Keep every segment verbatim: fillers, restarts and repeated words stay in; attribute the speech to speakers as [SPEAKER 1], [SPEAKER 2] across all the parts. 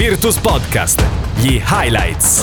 [SPEAKER 1] Virtus Podcast, gli highlights.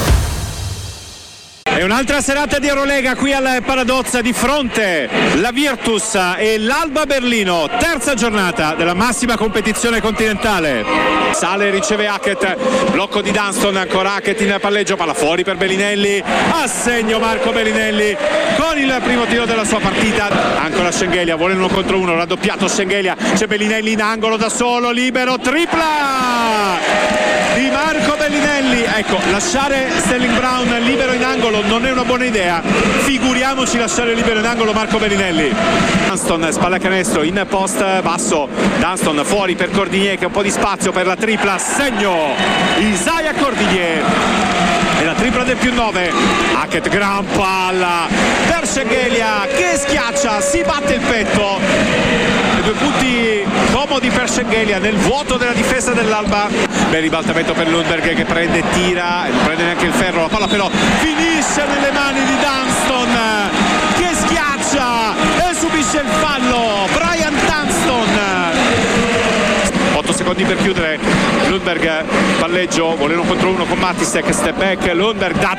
[SPEAKER 2] E un'altra serata di Eurolega qui al Paradozza, di fronte la Virtus e l'Alba Berlino, terza giornata della massima competizione continentale. Sale e riceve Hackett, blocco di Dunston, ancora Hackett in palleggio, palla fuori per Bellinelli, a segno Marco Bellinelli con il primo tiro della sua partita. Ancora Schengelia, vuole uno contro uno, raddoppiato Schengelia, c'è Bellinelli in angolo da solo, libero, tripla di Marco Bellinelli. Ecco, lasciare Sterling Brown libero in angolo non è una buona idea, figuriamoci lasciare libero in angolo Marco Bellinelli. Dunston, spalla canestro in post basso, Dunston fuori per Cordigné che ha un po' di spazio per la tripla, segno Isaiah Cordigné e la tripla del più nove. Hackett, gran palla per Schengelia che schiaccia, si batte il petto, e due punti comodi per Schengelia nel vuoto della difesa dell'Alba. Bel ribaltamento per Lundberg che prende e tira, non prende neanche il ferro, la palla però finisce nelle mani di Dunston che schiaccia e subisce il fallo. Brian Dunston, otto secondi per chiudere. Lundberg, palleggio, vuole uno contro uno con Matisek, step back, Lundberg da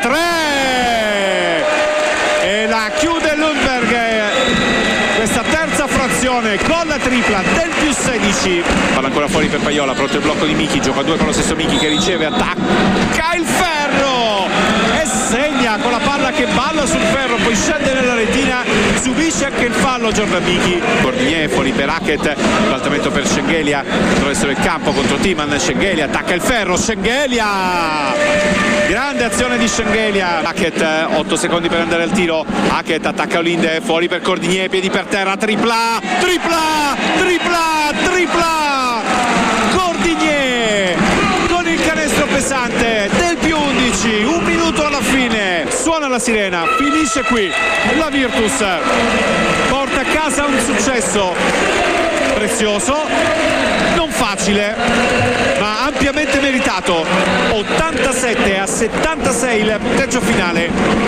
[SPEAKER 2] tre e la chiude Lundberg questa terza frazione con la tripla del più sedici. Palla ancora fuori per Paiola, pronto il blocco di Michi, gioca a due con lo stesso Michi che riceve, attacca il ferro e segna con la palla che balla sul ferro, poi scende nella retina, subisce anche il fallo Jordan Michi. Cordigné fuori per Hackett, ribaltamento per Schengelia, attraverso il campo contro Timan, Schengelia attacca il ferro, Schengelia, grande azione di Schengelia. Hackett, otto secondi per andare al tiro, Hackett attacca Olinde, fuori per Cordigné, piedi per terra, tripla, tripla, tripla, tripla, Cordigné con il canestro pesante del più undici, un minuto alla fine, suona la sirena, finisce qui la Virtus, porta a casa un successo prezioso, non facile ma ampiamente meritato, ottantasette a settantasei il punteggio finale.